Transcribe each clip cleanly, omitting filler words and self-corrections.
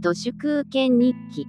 都市空権日記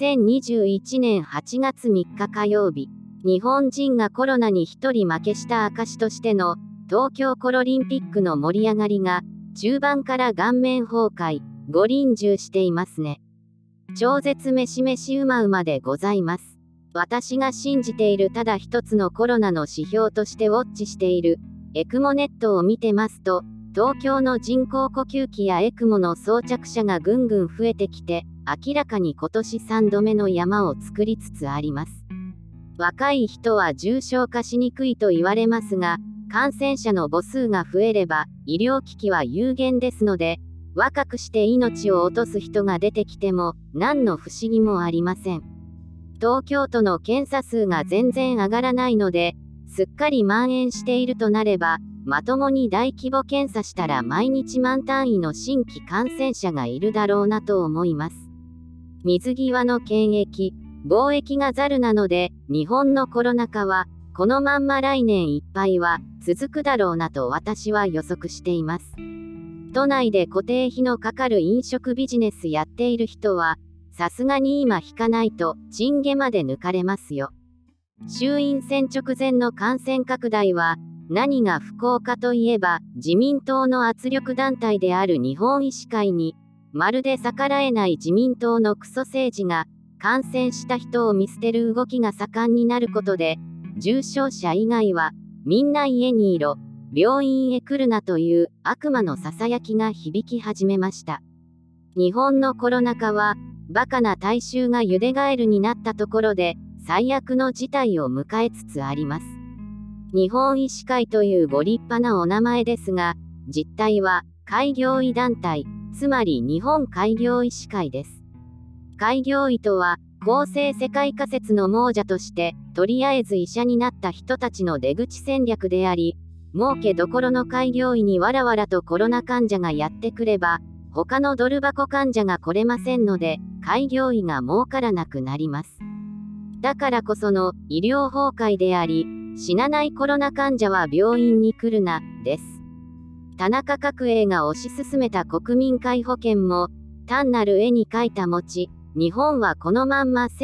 2021年8月3日火曜日、日本人がコロナに一人負けした証としての東京コロリンピックの盛り上がりが中盤から顔面崩壊、五輪中していますね。超絶めしめしうまうまでございます。私が信じているただ一つのコロナの指標としてウォッチしているエクモネットを見てますと、東京の人工呼吸器やエクモの装着者がぐんぐん増えてきて、明らかに今年3度目の山を作りつつあります。若い人は重症化しにくいと言われますが、感染者の母数が増えれば、医療機器は有限ですので、若くして命を落とす人が出てきても、何の不思議もありません。東京都の検査数が全然上がらないので、すっかり蔓延しているとなれば、まともに大規模検査したら毎日万単位の新規感染者がいるだろうなと思います。水際の検疫、貿易がザルなので、日本のコロナ禍は、このまんま来年いっぱいは続くだろうなと私は予測しています。都内で固定費のかかる飲食ビジネスやっている人は、さすがに今引かないと、チンゲまで抜かれますよ。衆院選直前の感染拡大は、何が不幸かといえば、自民党の圧力団体である日本医師会に、まるで逆らえない自民党のクソ政治が、感染した人を見捨てる動きが盛んになることで、重症者以外は、みんな家にいろ、病院へ来るなという悪魔の囁きが響き始めました。日本のコロナ禍は、バカな大衆がゆでガエルになったところで、最悪の事態を迎えつつあります。日本医師会というご立派なお名前ですが、実態は開業医団体、つまり日本開業医師会です。開業医とは、公正世界仮説の亡者として、とりあえず医者になった人たちの出口戦略であり、儲けどころの開業医にわらわらとコロナ患者がやってくれば、他のドル箱患者が来れませんので、開業医が儲からなくなります。だからこその医療崩壊であり、死なないコロナ患者は病院に来るな、です。田中角栄が推し進めた国民皆保険も、単なる絵に描いた餅、日本はこのまんま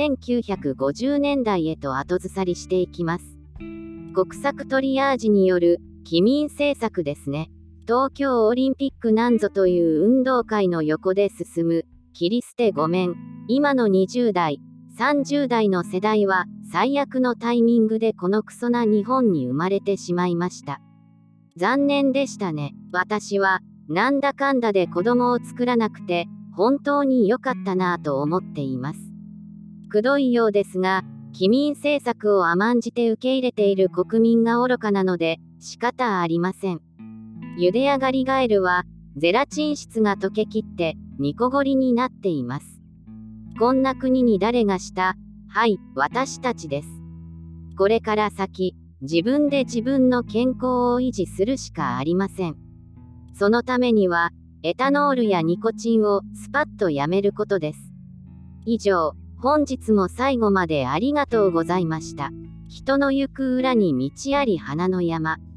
1950年代へと後ずさりしていきます。国策トリアージによる、棄民政策ですね。東京オリンピックなんぞという運動会の横で進む、切り捨てごめん、今の20代、30代の世代は、最悪のタイミングでこのクソな日本に生まれてしまいました。残念でしたね。私は、なんだかんだで子供を作らなくて、本当に良かったなぁと思っています。くどいようですが、棄民政策を甘んじて受け入れている国民が愚かなので、仕方ありません。茹で上がりガエルは、ゼラチン質が溶けきって、ニコゴリになっています。こんな国に誰がした？はい、私たちです。これから先、自分で自分の健康を維持するしかありません。そのためには、エタノールやニコチンをスパッとやめることです。以上、本日も最後までありがとうございました。人の行く裏に道あり花の山。